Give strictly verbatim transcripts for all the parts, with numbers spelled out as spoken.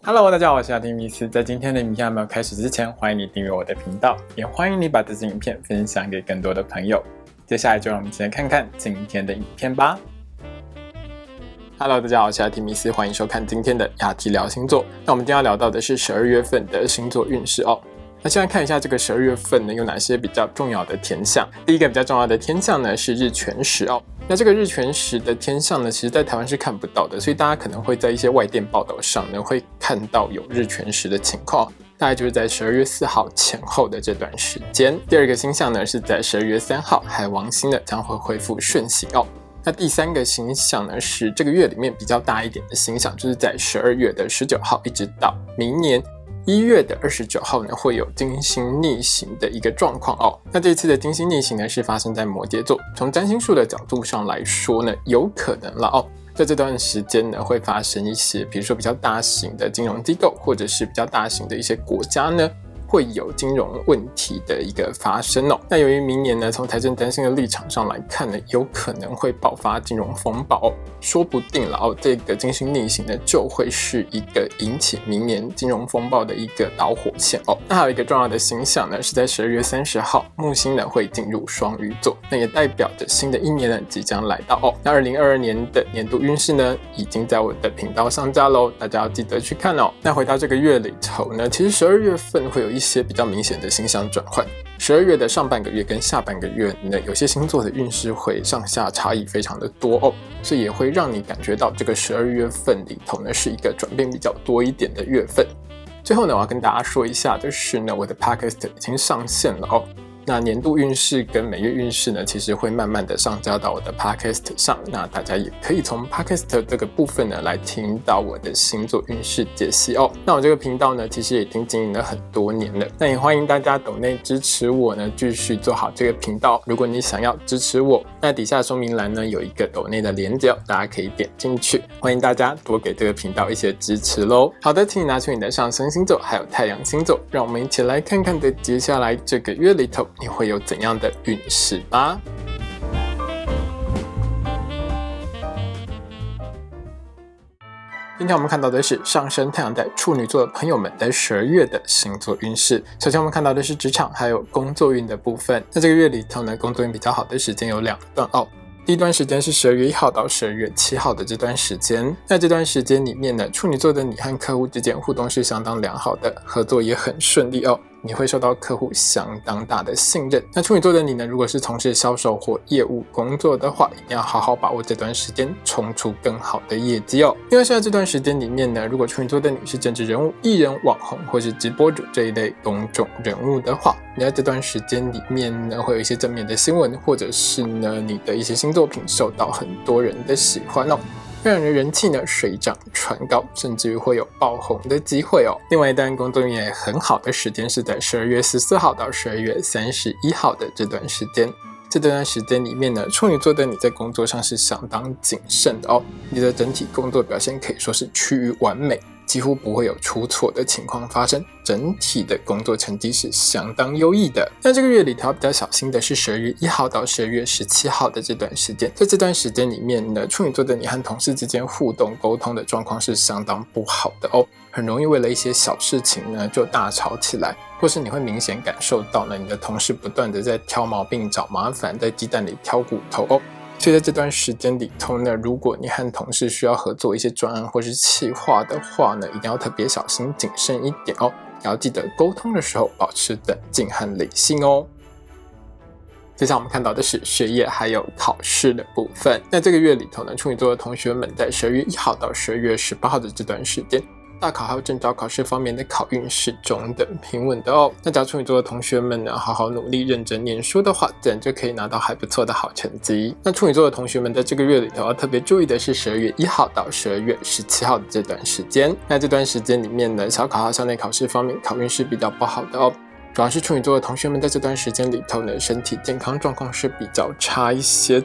Hello， 大家好，我是阿丁米斯。在今天的影片还没有开始之前，欢迎你订阅我的频道，也欢迎你把这支影片分享给更多的朋友。接下来就让我们一起来看看今天的影片吧。Hello， 大家好，我是阿提米斯，欢迎收看今天的雅提聊星座。那我们今天要聊到的是十二月份的星座运势哦。那现在看一下这个十二月份呢有哪些比较重要的天象。第一个比较重要的天象呢是日全食哦。那这个日全食的天象呢，其实在台湾是看不到的，所以大家可能会在一些外电报道上呢会看到有日全食的情况，大概就是在十二月四号前后的这段时间。第二个星象呢是在十二月三号，海王星呢将会恢复顺行哦。那第三个星象呢是这个月里面比较大一点的星象，就是在十二月的十九号一直到明年一月的二十九号呢，会有金星逆行的一个状况哦。那这一次的金星逆行呢，是发生在摩羯座。从占星术的角度上来说呢，有可能了哦，在这段时间呢，会发生一些，比如说比较大型的金融机构，或者是比较大型的一些国家呢，会有金融问题的一个发生哦。那由于明年呢，从财政担心的立场上来看呢，有可能会爆发金融风暴哦，说不定了哦，这个金星逆行呢，就会是一个引起明年金融风暴的一个导火线哦。那还有一个重要的星象呢，是在十二月三十号，木星呢会进入双鱼座，那也代表着新的一年呢即将来到哦。那二零二二年的年度运势呢，已经在我的频道上架喽，大家要记得去看哦。那回到这个月里头呢，其实十二月份会有一些一些比较明显的星象转换。十二月的上半个月跟下半个月呢，有些星座的运势会上下差异非常的多哦，所以也会让你感觉到这个十二月份里头呢是一个转变比较多一点的月份。最后呢，我要跟大家说一下的是呢，我的 Podcast 已经上线了哦。那年度运势跟每月运势呢，其实会慢慢的上架到我的 Podcast 上，那大家也可以从 Podcast 这个部分呢来听到我的星座运势解析哦。那我这个频道呢，其实也已经经营了很多年了，那也欢迎大家抖内支持我呢，继续做好这个频道。如果你想要支持我，那底下说明栏呢有一个抖内的连结，大家可以点进去，欢迎大家多给这个频道一些支持咯。好的，请你拿出你的上升星座还有太阳星座，让我们一起来看看的接下来这个月里头你会有怎样的运势吧。今天我们看到的是上升太阳在处女座的朋友们在十二月的星座运势。首先我们看到的是职场还有工作运的部分。那这个月里头呢，工作运比较好的时间有两段哦。第一段时间是十二月一号到十二月七号的这段时间，在这段时间里面呢，处女座的你和客户之间互动是相当良好的，合作也很顺利哦，你会受到客户相当大的信任。那处女座的你呢，如果是从事销售或业务工作的话，一定要好好把握这段时间，冲出更好的业绩哦。另外是在这段时间里面呢，如果处女座的你是政治人物、艺人、网红或是直播主这一类公众人物的话，你在这段时间里面呢，会有一些正面的新闻，或者是呢你的一些新作品受到很多人的喜欢哦，让人的人气呢水涨船高，甚至于会有爆红的机会哦。另外一段工作运也很好的时间是在十二月十四号到十二月三十一号的这段时间。这段时间里面呢，处女座的你在工作上是相当谨慎的哦，你的整体工作表现可以说是趋于完美，几乎不会有出错的情况发生，整体的工作成绩是相当优异的。那这个月里头比较小心的是十二月一号到十二月十七号的这段时间，在这段时间里面呢，处女座的你和同事之间互动沟通的状况是相当不好的哦，很容易为了一些小事情呢就大吵起来，或是你会明显感受到呢你的同事不断的在挑毛病找麻烦，在鸡蛋里挑骨头哦。所以在这段时间里头呢，如果你和同事需要合作一些专案或是企划的话呢，一定要特别小心谨慎一点哦，也要记得沟通的时候保持冷静和理性哦。接下来我们看到的是学业还有考试的部分。那这个月里头呢，处女座的同学们在十二月一号到十二月十八号的这段时间，大考还有证照考试方面的考运是中等平稳的哦。那假如处女座的同学们呢，好好努力认真念书的话，自然就可以拿到还不错的好成绩。那处女座的同学们在这个月里头要特别注意的是十二月一号到十二月十七号的这段时间。那这段时间里面呢，小考和校内考试方面考运是比较不好的哦。主要是处女座的同学们在这段时间里头呢，身体健康状况是比较差一些的。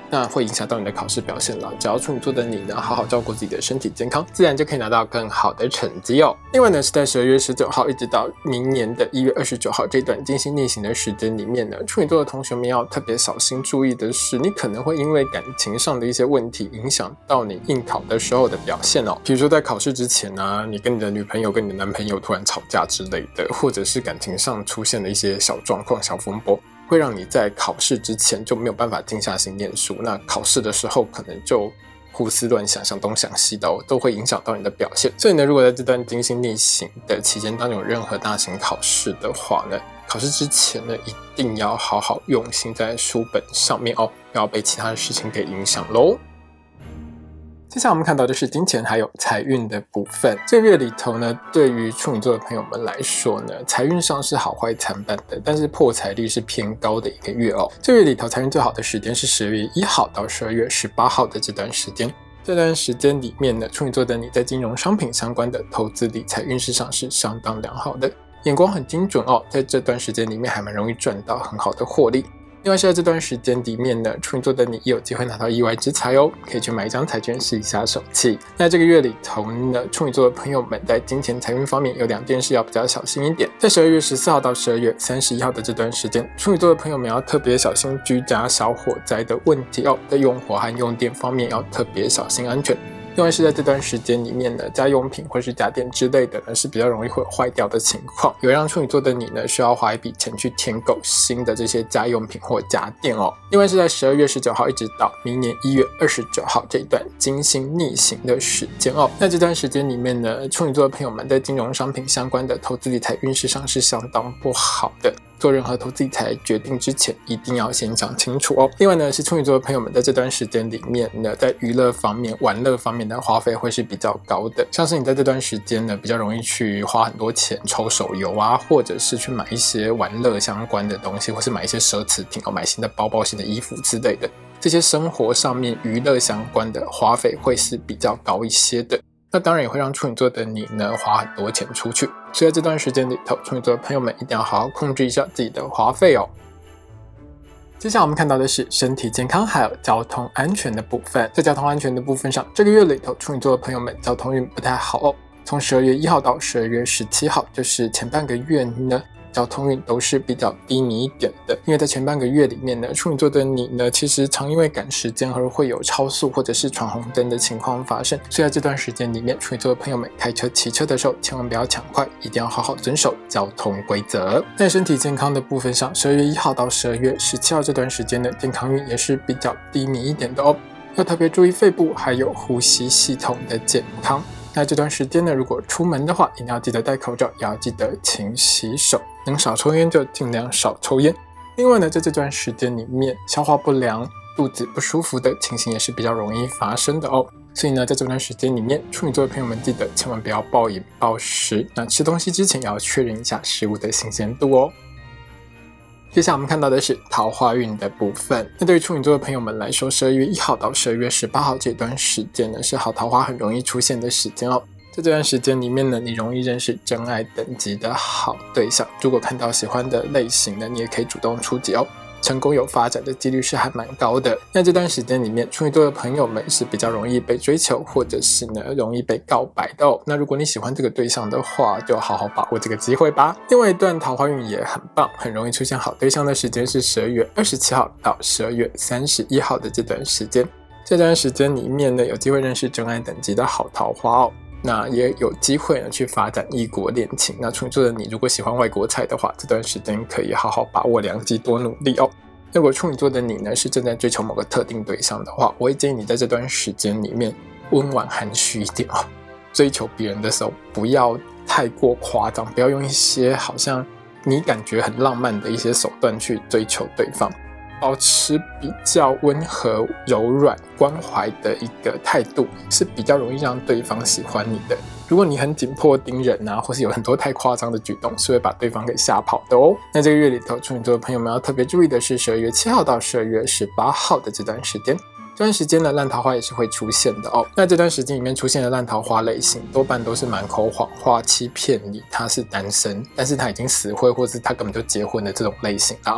那会影响到你的考试表现了。只要处女座的你呢，好好照顾自己的身体健康，自然就可以拿到更好的成绩哦。另外呢，是在十二月十九号一直到明年的一月二十九号这段金星逆行的时间里面呢，处女座的同学们要特别小心注意的是，你可能会因为感情上的一些问题影响到你应考的时候的表现哦。比如说在考试之前啊，你跟你的女朋友跟你的男朋友突然吵架之类的，或者是感情上出现了一些小状况、小风波，会让你在考试之前就没有办法静下心念书，那考试的时候可能就胡思乱想，想东想西的哦，都会影响到你的表现。所以呢，如果在这段金星逆行的期间当中有任何大型考试的话呢，考试之前呢，一定要好好用心在书本上面哦，不要被其他的事情给影响咯。接下来我们看到的是金钱还有财运的部分。这个月里头呢，对于处女座的朋友们来说呢，财运上是好坏参半的，但是破财率是偏高的一个月哦。这个月里头财运最好的时间是十二月一号到十二月十八号的这段时间。这段时间里面呢，处女座的你在金融商品相关的投资理财运势上是相当良好的，眼光很精准哦，在这段时间里面还蛮容易赚到很好的获利。另外是在这段时间里面呢，处女座的你也有机会拿到意外之财哦，可以去买一张彩券试一下手气。那这个月里头呢，处女座的朋友们在金钱财运方面有两件事要比较小心一点。在十二月十四号到十二月三十一号的这段时间，处女座的朋友们要特别小心居家小火灾的问题哦，在用火和用电方面要特别小心安全。另外是在这段时间里面呢，家用品或是家电之类的呢，是比较容易会有坏掉的情况，也会让处女座的你呢需要花一笔钱去添购新的这些家用品或家电哦。另外是在十二月十九号一直到明年一月二十九号这一段金星逆行的时间哦。那这段时间里面呢，处女座的朋友们在金融商品相关的投资理财运势上是相当不好的。做任何投资理财决定之前，一定要先想清楚哦。另外呢，是处女座的朋友们在这段时间里面呢，在娱乐方面、玩乐方面的花费会是比较高的。像是你在这段时间呢，比较容易去花很多钱抽手游啊，或者是去买一些玩乐相关的东西，或是买一些奢侈品哦，买新的包包、新的衣服之类的。这些生活上面娱乐相关的花费会是比较高一些的。那当然也会让处女座的你呢花很多钱出去，所以在这段时间里头，处女座的朋友们一定要好好控制一下自己的花费哦。接下来我们看到的是身体健康还有交通安全的部分。在交通安全的部分上，这个月里头处女座的朋友们交通运不太好哦。从十二月一号到十二月十七号，就是前半个月呢，交通运都是比较低迷一点的，因为在前半个月里面呢，处女座的你呢，其实常因为赶时间而会有超速或者是闯红灯的情况发生，所以在这段时间里面，处女座的朋友们开车骑车的时候，千万不要抢快，一定要好好遵守交通规则。在身体健康的部分上，十二月一号到十二月十七号这段时间的健康运也是比较低迷一点的哦，要特别注意肺部还有呼吸系统的健康。那这段时间呢，如果出门的话，一定要记得戴口罩，也要记得勤洗手，能少抽烟就尽量少抽烟。另外呢，在这段时间里面，消化不良、肚子不舒服的情形也是比较容易发生的哦。所以呢，在这段时间里面，处女座的朋友们记得千万不要暴饮暴食，那吃东西之前也要确认一下食物的新鲜度哦。接下来我们看到的是桃花运的部分。那对于处女座的朋友们来说，十二月一号到十二月十八号这段时间呢，是好桃花很容易出现的时间哦。在这段时间里面呢，你容易认识真爱等级的好对象。如果看到喜欢的类型呢，你也可以主动出击哦。成功有发展的几率是还蛮高的。那这段时间里面，处女座的朋友们是比较容易被追求，或者是呢容易被告白的哦。那如果你喜欢这个对象的话，就好好把握这个机会吧。另外一段桃花运也很棒，很容易出现好对象的时间是十二月二十七号到十二月三十一号的这段时间。这段时间里面呢，有机会认识真爱等级的好桃花哦。那也有机会呢去发展异国恋情。那处女座的你如果喜欢外国菜的话，这段时间可以好好把握良机，多努力哦。如果处女座的你呢是正在追求某个特定对象的话，我会建议你在这段时间里面温婉含蓄一点哦。追求别人的时候不要太过夸张，不要用一些好像你感觉很浪漫的一些手段去追求对方，保持比较温和、柔软、关怀的一个态度，是比较容易让对方喜欢你的。如果你很紧迫盯人啊，或是有很多太夸张的举动，是会把对方给吓跑的哦。那这个月里头，处女座的朋友们要特别注意的是十二月七号到十二月十八号的这段时间。这段时间呢，烂桃花也是会出现的哦。那这段时间里面出现的烂桃花类型，多半都是满口谎话、欺骗你他是单身，但是他已经死会，或是他根本就结婚的这种类型。然后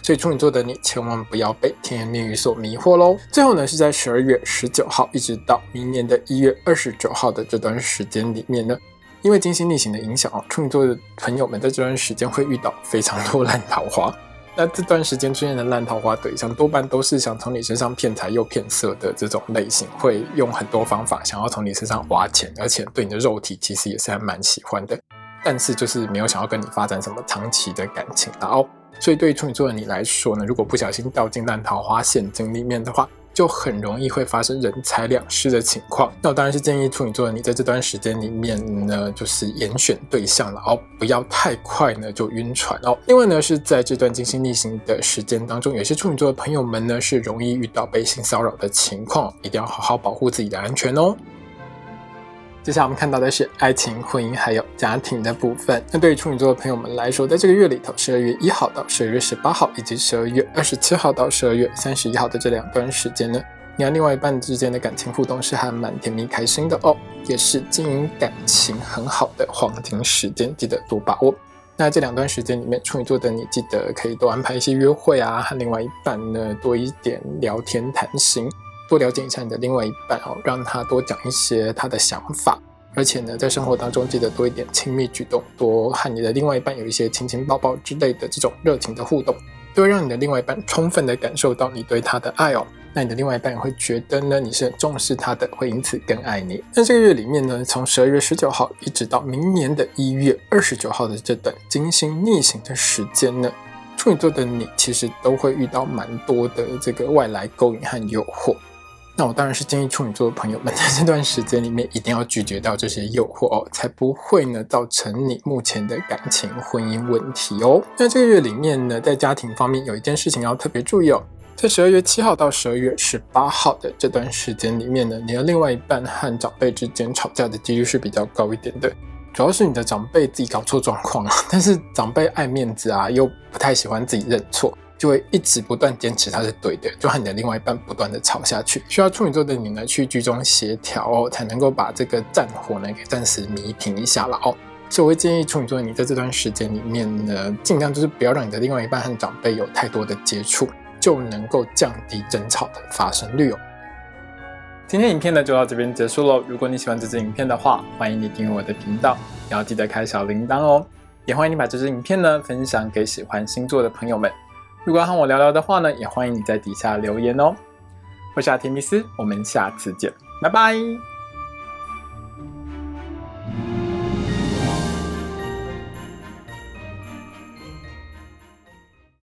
所以处女座的你千万不要被甜言蜜语所迷惑咯。最后呢，是在十二月十九号一直到明年的一月二十九号的这段时间里面呢，因为金星逆行的影响，处女座的朋友们在这段时间会遇到非常多烂桃花。那这段时间出现的烂桃花对象多半都是想从你身上骗财又骗色的这种类型，会用很多方法想要从你身上挖钱，而且对你的肉体其实也是还蛮喜欢的，但是就是没有想要跟你发展什么长期的感情。然后所以对于处女座的你来说呢，如果不小心掉进烂桃花陷阱里面的话，就很容易会发生人财两失的情况。那我当然是建议处女座的你在这段时间里面呢，就是严选对象，然后不要太快呢就晕船哦。另外呢，是在这段金星逆行的时间当中，有些处女座的朋友们呢是容易遇到被性骚扰的情况，一定要好好保护自己的安全哦。接下来我们看到的是爱情、婚姻还有家庭的部分。那对于处女座的朋友们来说，在这个月里头，十二月一号到十二月十八号，以及十二月二十七号到十二月三十一号的这两段时间呢，你和另外一半之间的感情互动是还蛮甜蜜开心的哦，也是经营感情很好的黄金时间，记得多把握。那这两段时间里面，处女座的你记得可以多安排一些约会啊，和另外一半呢多一点聊天谈心，多了解一下你的另外一半哦，让他多讲一些他的想法。而且呢，在生活当中记得多一点亲密举动，多和你的另外一半有一些亲亲抱抱之类的这种热情的互动，就会让你的另外一半充分的感受到你对他的爱哦。那你的另外一半也会觉得呢你是很重视他的，会因此更爱你。那这个月里面呢，从十二月十九号一直到明年的一月二十九号的这段金星逆行的时间呢，处女座的你其实都会遇到蛮多的这个外来勾引和诱惑。那我当然是建议处女座的朋友们在这段时间里面一定要拒绝掉这些诱惑哦，才不会呢造成你目前的感情婚姻问题哦。那这个月里面呢，在家庭方面有一件事情要特别注意哦，在十二月七号到十二月十八号的这段时间里面呢，你的另外一半和长辈之间吵架的几率是比较高一点的，主要是你的长辈自己搞错状况，但是长辈爱面子啊，又不太喜欢自己认错，就会一直不断坚持他是对的，就和你的另外一半不断的吵下去，需要处女座的你呢去居中协调哦，才能够把这个战火呢给暂时弥平一下了哦。所以我会建议处女座的你在这段时间里面呢，尽量就是不要让你的另外一半和长辈有太多的接触，就能够降低争吵的发生率哦。今天影片呢就到这边结束咯，如果你喜欢这支影片的话，欢迎你订阅我的频道，也要记得开小铃铛哦。也欢迎你把这支影片呢分享给喜欢星座的朋友们。如果要和我聊聊的话呢，也欢迎你在底下留言哦。我是阿提密斯，我们下次见，拜拜。